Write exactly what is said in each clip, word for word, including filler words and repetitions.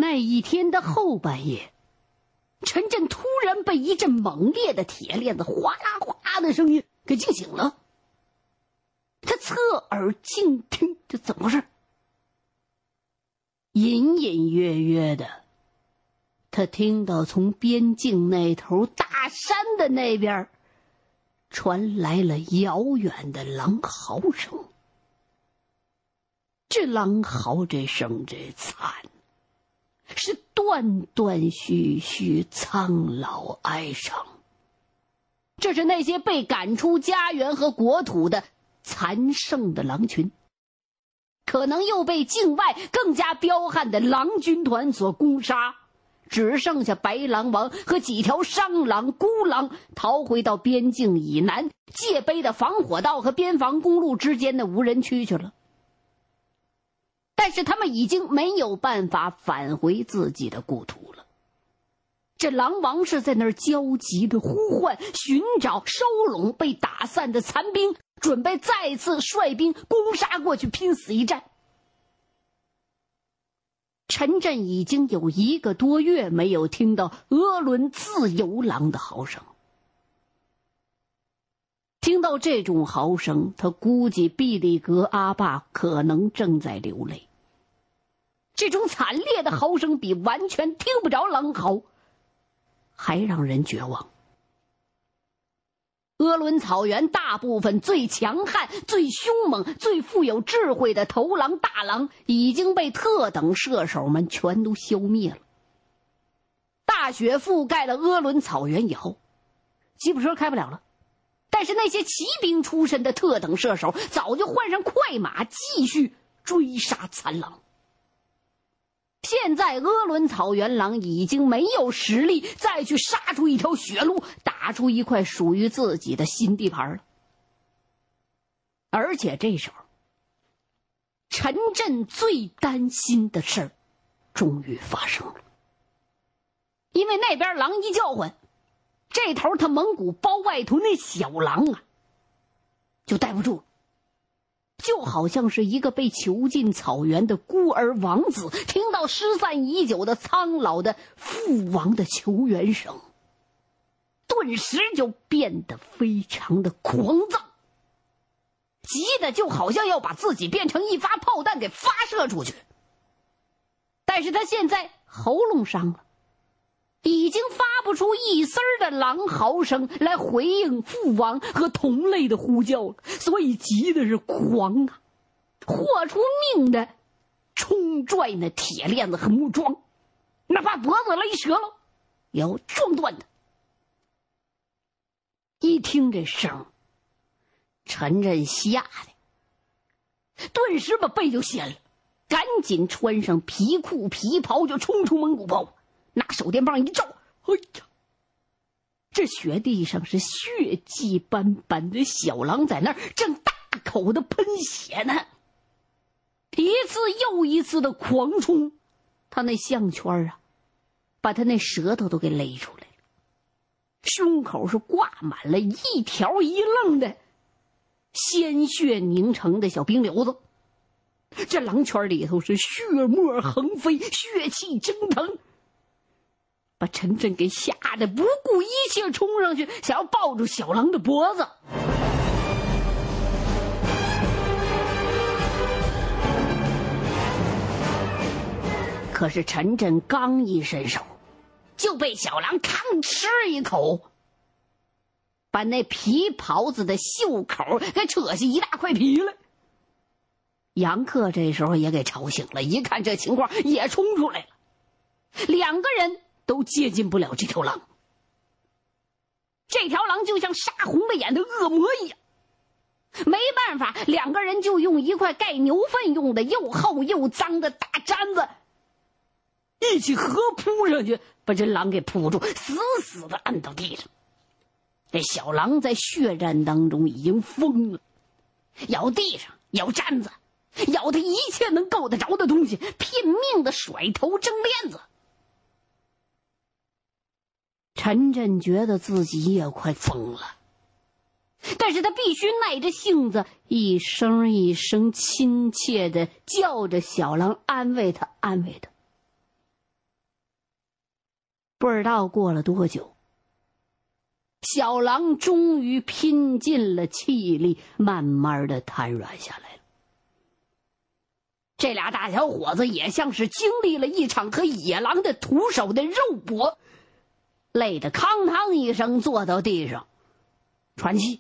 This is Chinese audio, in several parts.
那一天的后半夜，陈震突然被一阵猛烈的铁链子哗啦哗啦的声音给惊醒了。他侧耳静听，这怎么回事？隐隐约约的，他听到从边境那头大山的那边传来了遥远的狼嚎声。这狼嚎这声这惨，是断断续续，苍老哀伤。这是那些被赶出家园和国土的残剩的狼群，可能又被境外更加彪悍的狼军团所攻杀，只剩下白狼王和几条伤狼孤狼逃回到边境以南界碑的防火道和边防公路之间的无人区去了。但是他们已经没有办法返回自己的故土了。这狼王是在那儿焦急地呼唤、寻找、收拢被打散的残兵，准备再次率兵攻杀过去，拼死一战。陈震已经有一个多月没有听到鄂伦自由狼的嚎声。听到这种嚎声，他估计毕力格阿爸可能正在流泪。这种惨烈的嚎声比完全听不着狼嚎还让人绝望。鄂伦草原大部分最强悍、最凶猛、最富有智慧的头狼大狼已经被特等射手们全都消灭了。大雪覆盖了鄂伦草原以后，吉普车开不了了，但是那些骑兵出身的特等射手早就换上快马，继续追杀残狼。现在鄂伦草原狼已经没有实力再去杀出一条血路，打出一块属于自己的新地盘了。而且这时候，陈震最担心的事儿终于发生了。因为那边狼一叫唤，这头他蒙古包外头那小狼啊就待不住了，就好像是一个被囚禁草原的孤儿王子听到失散已久的苍老的父王的求援声，顿时就变得非常的狂躁，急得就好像要把自己变成一发炮弹给发射出去。但是他现在喉咙伤了，已经发不出一丝儿的狼嚎声来回应父王和同类的呼叫了，所以急的是狂啊，豁出命的冲拽那铁链子和木桩，哪怕脖子勒折了也要撞断它。一听这声，陈震吓得顿时把背就掀了，赶紧穿上皮裤皮袍就冲出蒙古包，拿手电棒一照，哎呀，这雪地上是血迹斑斑的小狼在那儿正大口的喷血呢，一次又一次的狂冲，他那项圈啊把他那舌头都给勒出来了，胸口是挂满了一条一愣的鲜血凝成的小冰瘤子，这狼圈里头是血沫横飞，血气蒸腾，把陈震给吓得不顾一切冲上去，想要抱住小狼的脖子。可是陈震刚一伸手，就被小狼吭吃一口，把那皮袍子的袖口给扯下一大块皮来。杨克这时候也给吵醒了，一看这情况也冲出来了，两个人都接近不了这条狼。这条狼就像杀红了眼的恶魔一样，没办法，两个人就用一块盖牛粪用的又厚又脏的大毡子一起合扑上去，把这狼给扑住，死死的按到地上。这小狼在血战当中已经疯了，咬地上，咬毡子，咬他一切能够得着的东西，拼命的甩头争链子。陈震觉得自己也快疯了，但是他必须耐着性子，一声一声亲切的叫着小狼，安慰他安慰他。 不知道过了多久，小狼终于拼尽了气力，慢慢的瘫软下来了。这俩大小伙子也像是经历了一场和野狼的徒手的肉搏，累得哐当一声坐到地上喘气。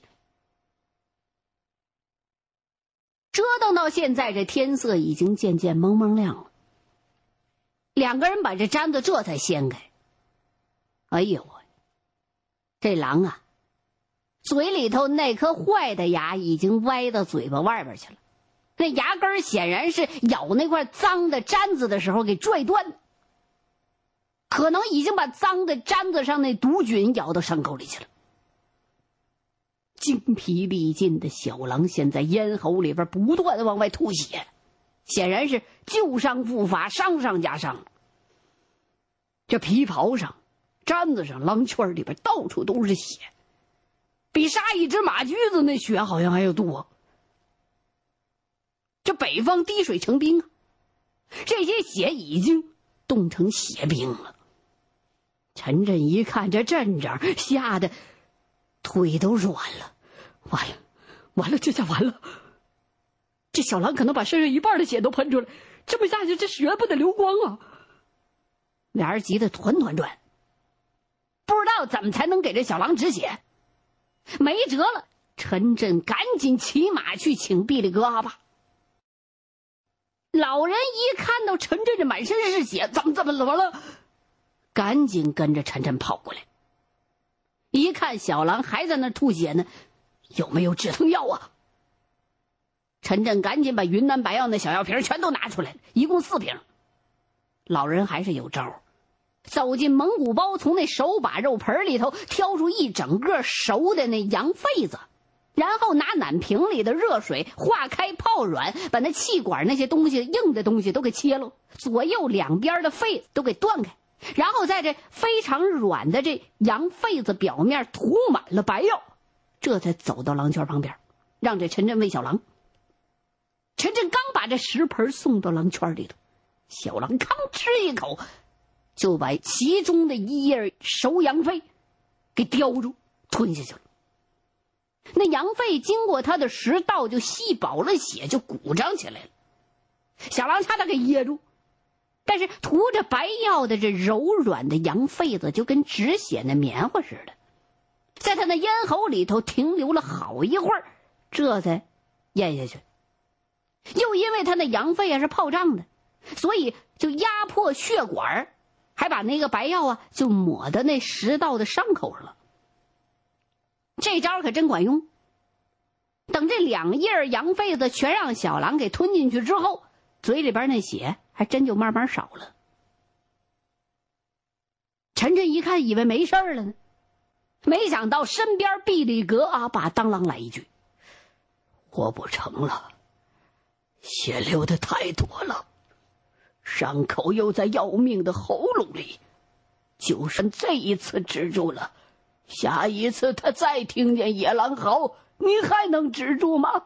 折腾到现在，这天色已经渐渐蒙蒙亮了。两个人把这毡子这才掀开。哎呦，这狼啊，嘴里头那颗坏的牙已经歪到嘴巴外边去了，那牙根显然是咬那块脏的毡子的时候给拽断的，可能已经把脏的毡子上那毒菌咬到伤口里去了。精疲力尽的小狼现在咽喉里边不断的往外吐血，显然是旧伤复发，伤上加伤。这皮袍上、毡子上、狼圈里边到处都是血，比杀一只马驹子那血好像还要多。这北方滴水成冰啊，这些血已经冻成血冰了。陈震一看这阵仗，吓得腿都软了，完了，完了，这下完了！这小狼可能把身上一半的血都喷出来，这么下去，这血不得流光啊！俩人急得团团转，不知道怎么才能给这小狼止血。没辙了，陈震赶紧骑马去请毕力格阿爸。老人一看到陈震这满身是血，怎么怎么怎么了？赶紧跟着陈震跑过来。一看小狼还在那吐血呢，有没有止疼药啊？陈震赶紧把云南白药那小药瓶全都拿出来了，一共四瓶。老人还是有招，走进蒙古包，从那手把肉盆里头挑出一整个熟的那羊肺子，然后拿奶瓶里的热水化开泡软，把那气管那些东西硬的东西都给切了，左右两边的肺都给断开，然后在这非常软的这羊肺子表面涂满了白药，这才走到狼圈旁边，让这陈震喂小狼。陈震刚把这食盆送到狼圈里头，小狼吭哧一口就把其中的一叶熟羊肺给叼住吞下去了。那羊肺经过他的食道就吸饱了血，就鼓胀起来了。小狼差点给噎住，但是涂着白药的这柔软的羊肺子就跟止血的棉花似的，在他那咽喉里头停留了好一会儿，这才咽下去。又因为他那羊肺啊是泡胀的，所以就压迫血管，还把那个白药啊就抹到那食道的伤口上了。这招可真管用。等这两叶羊肺子全让小狼给吞进去之后，嘴里边那血还真就慢慢少了。陈震一看以为没事了呢，没想到身边毕力格阿爸当啷来一句：活不成了，血流的太多了，伤口又在要命的喉咙里，就算这一次止住了，下一次他再听见野狼嚎，你还能止住吗？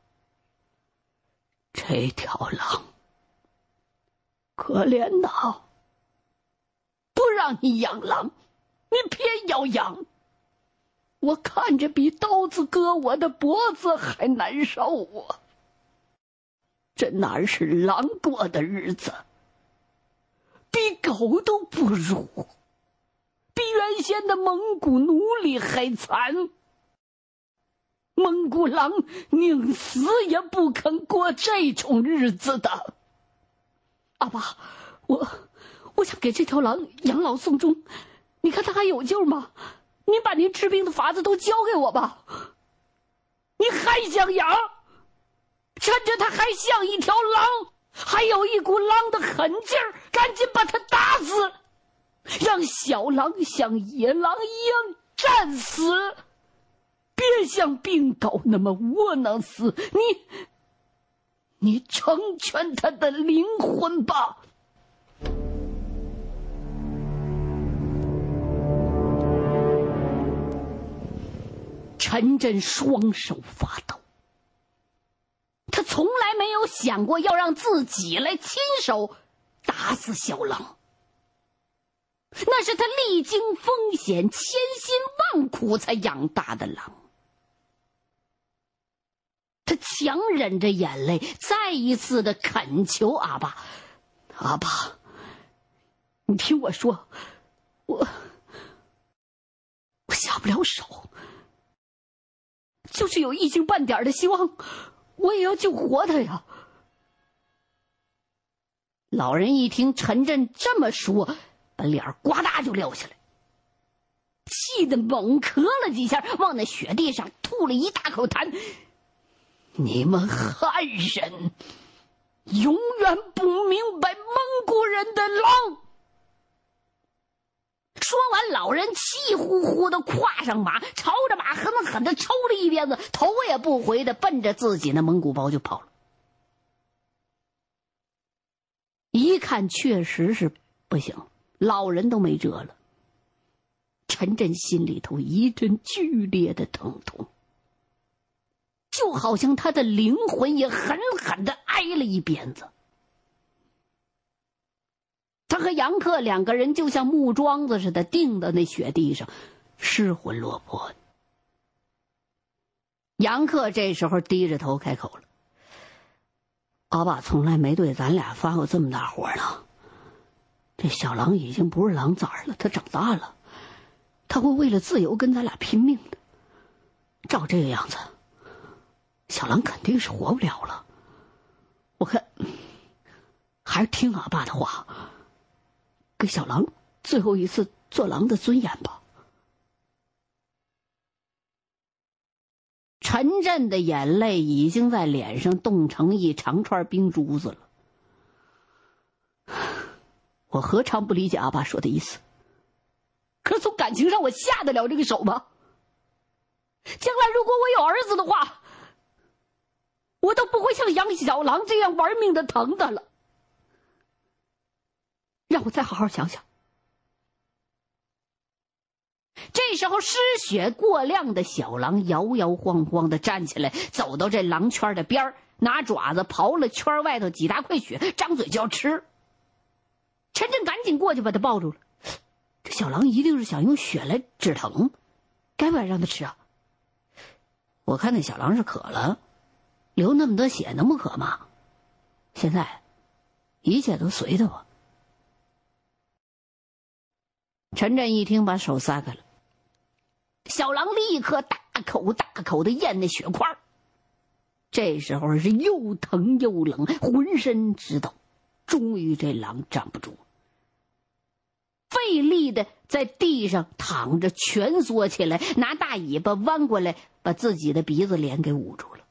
这条狼可怜呐，不让你养狼，你偏要养，我看着比刀子割我的脖子还难受啊！这哪是狼过的日子，比狗都不如，比原先的蒙古奴隶还惨。蒙古狼宁死也不肯过这种日子的。阿爸，我我想给这条狼养老送终，你看它还有救吗？您把您治病的法子都教给我吧。你还想养？趁着它还像一条狼，还有一股狼的狠劲儿，赶紧把它打死，让小狼像野狼一样战死，别像病狗那么窝囊死。你你成全他的灵魂吧。陈震双手发抖，他从来没有想过要让自己来亲手打死小狼。 那是他历经风险、千辛万苦才养大的狼。他强忍着眼泪，再一次的恳求阿爸：“阿爸，你听我说，我我下不了手，就是有一星半点的希望，我也要救活他呀。”老人一听陈震这么说，把脸呱嗒就撂下来，气得猛咳了几下，往那雪地上吐了一大口痰。你们汉人永远不明白蒙古人的狼。说完，老人气呼呼的跨上马，朝着马狠狠的抽了一鞭子，头也不回的奔着自己那蒙古包就跑了。一看确实是不行，老人都没辙了。陈震心里头一阵剧烈的疼痛，就好像他的灵魂也狠狠的挨了一鞭子。他和杨克两个人就像木桩子似的钉到那雪地上，失魂落魄的。杨克这时候低着头开口了：“阿爸从来没对咱俩发过这么大火呢。这小狼已经不是狼崽了，他长大了，他会为了自由跟咱俩拼命的。照这个样子，小狼肯定是活不了了。我看还是听阿爸的话，给小狼最后一次做狼的尊严吧。”陈震的眼泪已经在脸上冻成一长串冰珠子了。我何尝不理解阿爸说的意思，可是从感情上我下得了这个手吗？将来如果我有儿子的话，我都不会像养小狼这样玩命的疼他了。让我再好好想想。这时候失血过量的小狼摇摇晃晃的站起来，走到这狼圈的边儿，拿爪子刨了圈外头几大块血，张嘴就要吃。陈震赶紧过去把他抱住了。这小狼一定是想用血来止疼，该不该让他吃啊？我看那小狼是渴了，流那么多血能不渴吗？现在一切都随他吧。陈震一听，把手撒开了。小狼立刻大口大口的咽那血块，这时候是又疼又冷，浑身直抖。终于这狼站不住，费力的在地上躺着蜷缩起来，拿大尾巴弯过来，把自己的鼻子脸给捂住了。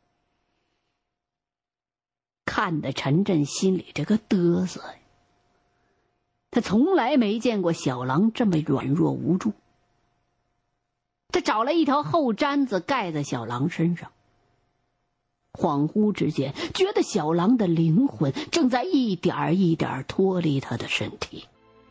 看得陈震心里这个嘚瑟呀，他从来没见过小狼这么软弱无助。他找了一条厚毡子盖在小狼身上，恍惚之间觉得小狼的灵魂正在一点一点脱离他的身体。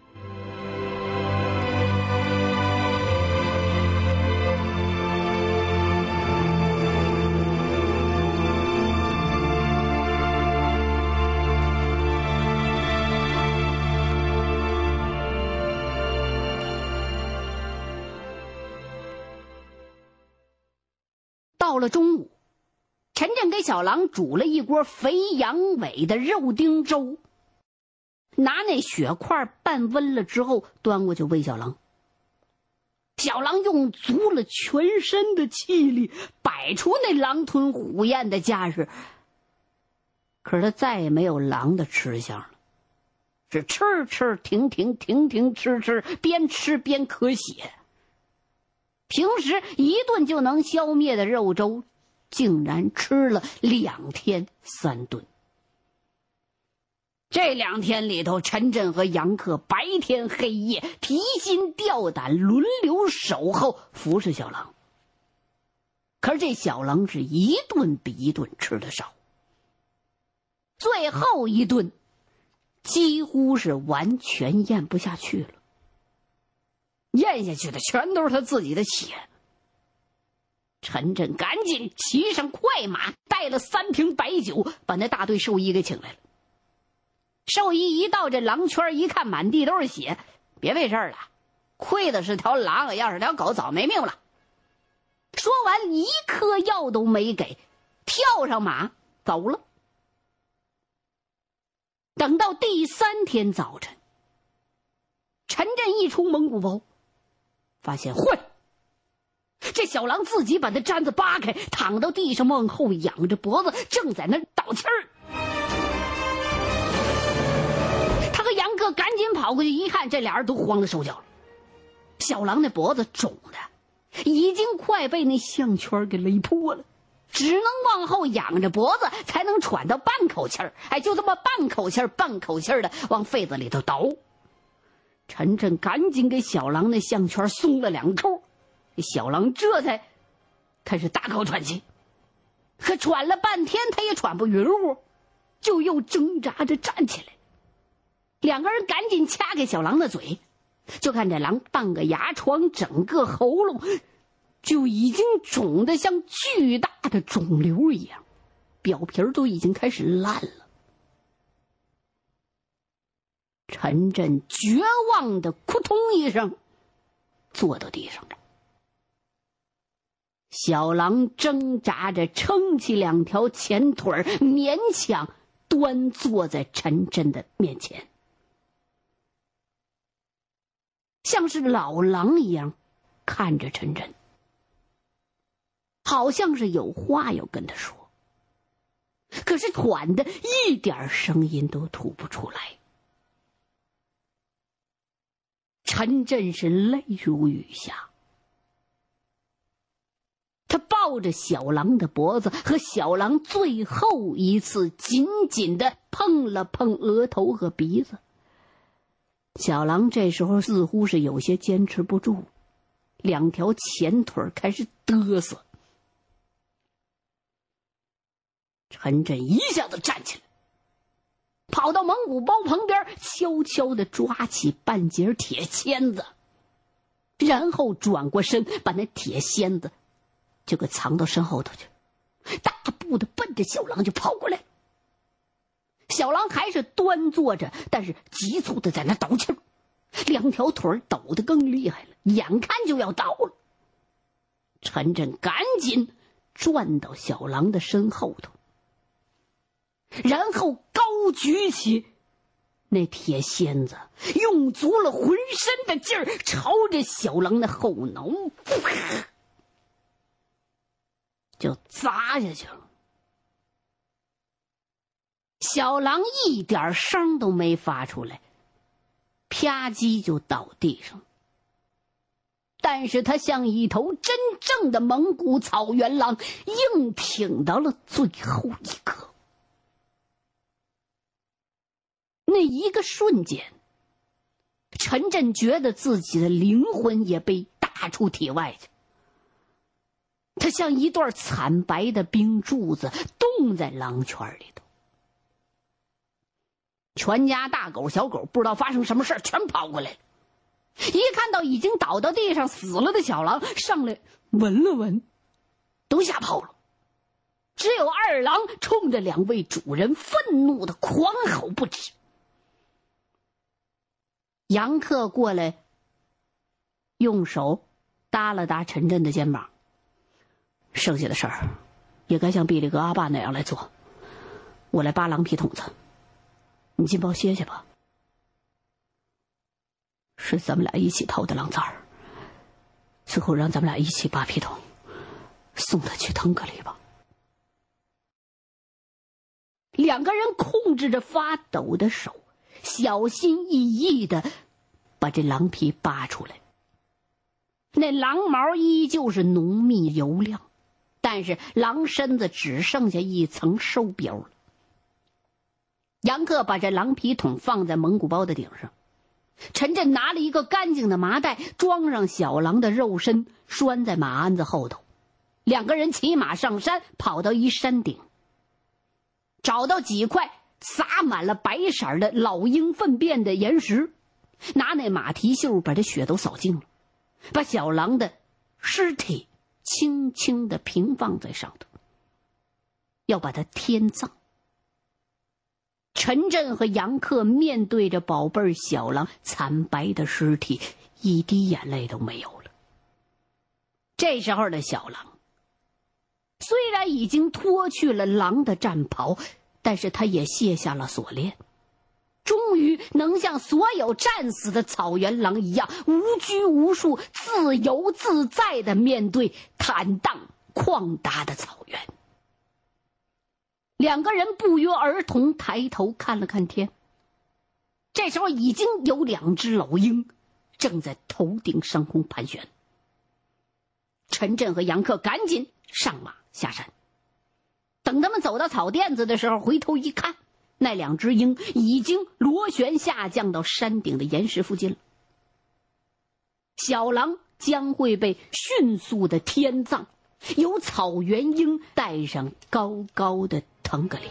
到了中午，陈震给小狼煮了一锅肥羊尾的肉丁粥，拿那血块拌温了之后端过去喂小狼。小狼用足了全身的气力，摆出那狼吞虎咽的架势，可是他再也没有狼的吃相了，是吃吃停停停停吃吃，边吃边咳血。平时一顿就能消灭的肉粥，竟然吃了两天三顿。这两天里头，陈震和杨克白天黑夜提心吊胆，轮流守候服侍小狼。可是这小狼是一顿比一顿吃得少，最后一顿几乎是完全咽不下去了，咽下去的全都是他自己的血。陈震赶紧骑上快马，带了三瓶白酒，把那大队兽医给请来了。兽医一到这狼圈，一看满地都是血， 别费事了，亏的是条狼，要是条狗早没命了。说完，一颗药都没给，跳上马走了。等到第三天早晨，陈震一出蒙古包，发现坏，这小狼自己把那毡子扒开，躺到地上，往后仰着脖子，正在那倒气儿。他和杨克赶紧跑过去一看，这俩人都慌得手脚了。小狼那脖子肿的已经快被那项圈给勒破了，只能往后仰着脖子才能喘到半口气儿。哎，就这么半口气儿半口气儿的往肺子里头倒。陈震赶紧给小狼那项圈松了两扣，小狼这才开始大口喘气。可喘了半天他也喘不匀乎，就又挣扎着站起来。两个人赶紧掐开小狼的嘴，就看这狼半个牙床整个喉咙就已经肿得像巨大的肿瘤一样，表皮都已经开始烂了。陈震绝望的扑通一声坐到地上了。小狼挣扎着撑起两条前腿，勉强端坐在陈震的面前，像是老狼一样看着陈震，好像是有话要跟他说，可是喘的一点声音都吐不出来。陈震是泪如雨下，他抱着小狼的脖子，和小狼最后一次紧紧地碰了碰额头和鼻子。小狼这时候似乎是有些坚持不住，两条前腿开始嘚瑟。陈震一下子站起来，跑到蒙古包旁边，悄悄地抓起半截铁签子，然后转过身，把那铁锨子就给藏到身后头去，大步的奔着小狼就跑过来。小狼还是端坐着，但是急促的在那倒气儿，两条腿抖得更厉害了，眼看就要倒了。陈震赶紧转到小狼的身后头，然后高举起那铁锨子，用足了浑身的劲儿，朝着小狼的后脑就砸下去了。小狼一点声都没发出来，啪叽就倒地上。但是他像一头真正的蒙古草原狼，硬挺到了最后一刻。那一个瞬间，陈震觉得自己的灵魂也被打出体外去。他像一段惨白的冰柱子冻在狼圈里头。全家大狗小狗不知道发生什么事，全跑过来了。一看到已经倒到地上死了的小狼，上来闻了闻，都吓跑了。只有二郎冲着两位主人愤怒的狂吼不止。杨克过来，用手搭了搭陈震的肩膀，剩下的事儿也该像毕力格阿爸那样来做，我来扒狼皮筒子，你进包歇歇吧。是咱们俩一起掏的狼崽儿，最后让咱们俩一起扒皮筒，送他去腾格里吧。两个人控制着发抖的手，小心翼翼地把这狼皮扒出来。那狼毛依旧是浓密油亮，但是狼身子只剩下一层收膘了。杨克把这狼皮桶放在蒙古包的顶上，陈震拿了一个干净的麻袋，装上小狼的肉身，拴在马鞍子后头。两个人骑马上山，跑到一山顶，找到几块撒满了白色的老鹰粪便的岩石，拿那马蹄袖把这血都扫净了，把小狼的尸体轻轻地平放在上头，要把它天葬。 陈震和杨克面对着宝贝儿小狼惨白的尸体，一滴眼泪都没有了。这时候的小狼虽然已经脱去了狼的战袍，但是他也卸下了锁链，终于能像所有战死的草原狼一样，无拘无束、自由自在地面对坦荡旷达的草原。两个人不约而同抬头看了看天，这时候已经有两只老鹰正在头顶上空盘旋。陈震和杨克赶紧上马下山，等他们走到草甸子的时候，回头一看，那两只鹰已经螺旋下降到山顶的岩石附近了。小狼将会被迅速的天葬，由草原鹰带上高高的腾格里。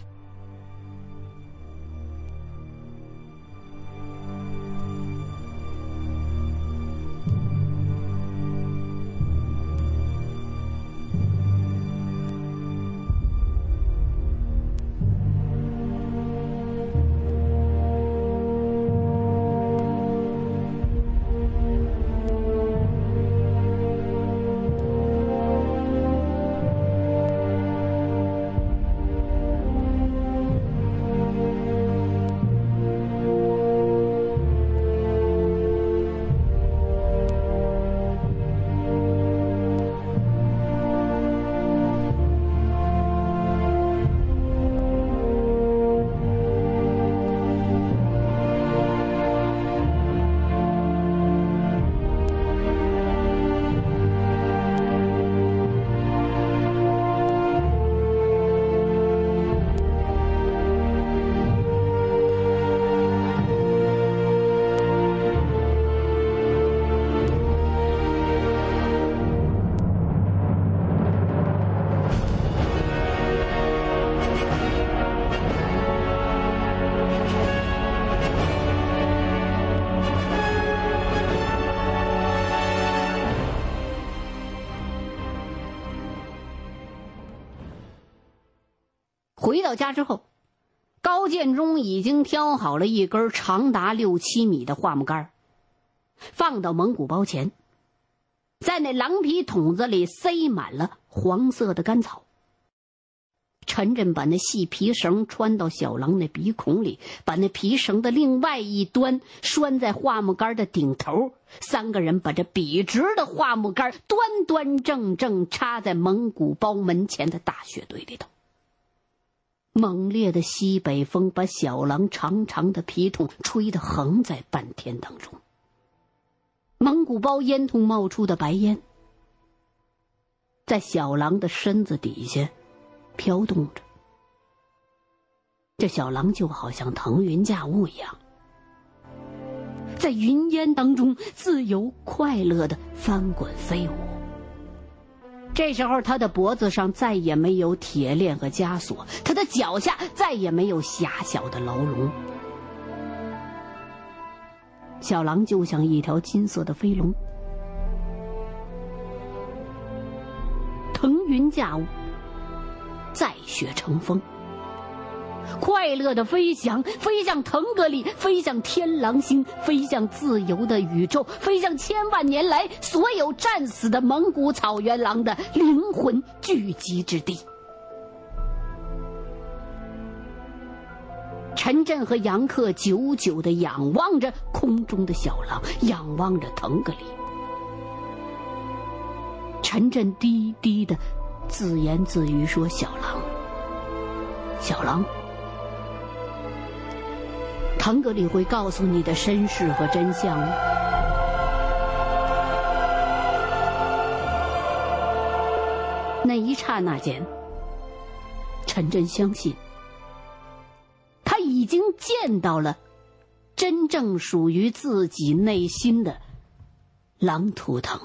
回到家之后，高建中已经挑好了一根长达六七米的桦木杆，放到蒙古包前，在那狼皮桶子里塞满了黄色的干草。陈震把那细皮绳穿到小狼那鼻孔里，把那皮绳的另外一端拴在桦木杆的顶头，三个人把这笔直的桦木杆端端正正插在蒙古包门前的大雪堆里头。猛烈的西北风把小狼长长的皮筒吹得横在半天当中，蒙古包烟囱冒出的白烟在小狼的身子底下飘动着，这小狼就好像腾云驾雾一样，在云烟当中自由快乐地翻滚飞舞。这时候他的脖子上再也没有铁链和枷锁，他的脚下再也没有狭小的牢笼。小狼就像一条金色的飞龙，腾云驾雾，载雪成风，快乐的飞翔，飞向腾格里，飞向天狼星，飞向自由的宇宙，飞向千万年来所有战死的蒙古草原狼的灵魂聚集之地。陈震和杨克久久地仰望着空中的小狼，仰望着腾格里。陈震低低地自言自语说：“小狼，小狼，腾格里会告诉你的身世和真相吗？”那一刹那间，陈震相信他已经见到了真正属于自己内心的狼图腾。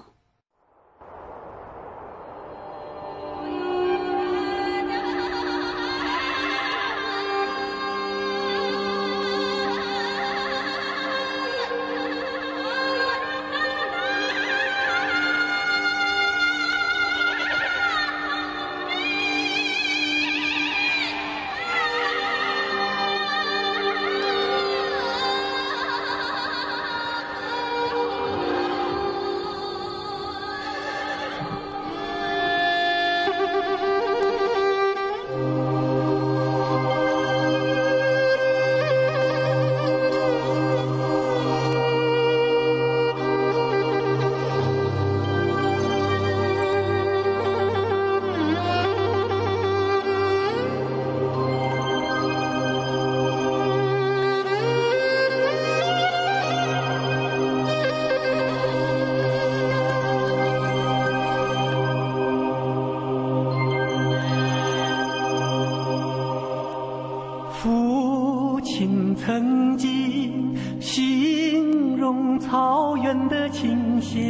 草原的清香，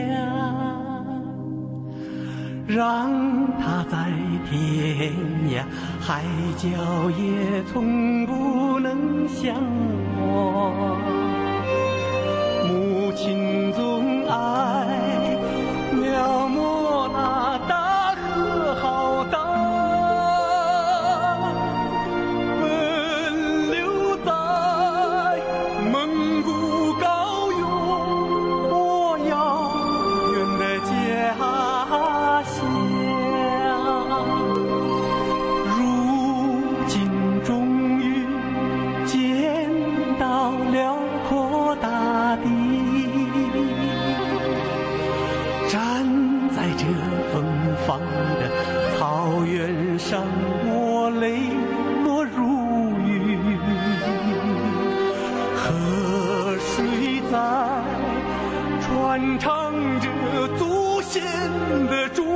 让它在天涯海角也从不能相忘。母亲总爱描摹那大河浩荡，奔流在蒙古高原，我遥远的家乡。如今终于见到辽阔大地，站在这芬芳的草原上，我泪落如雨，河水在传唱着祖先的祝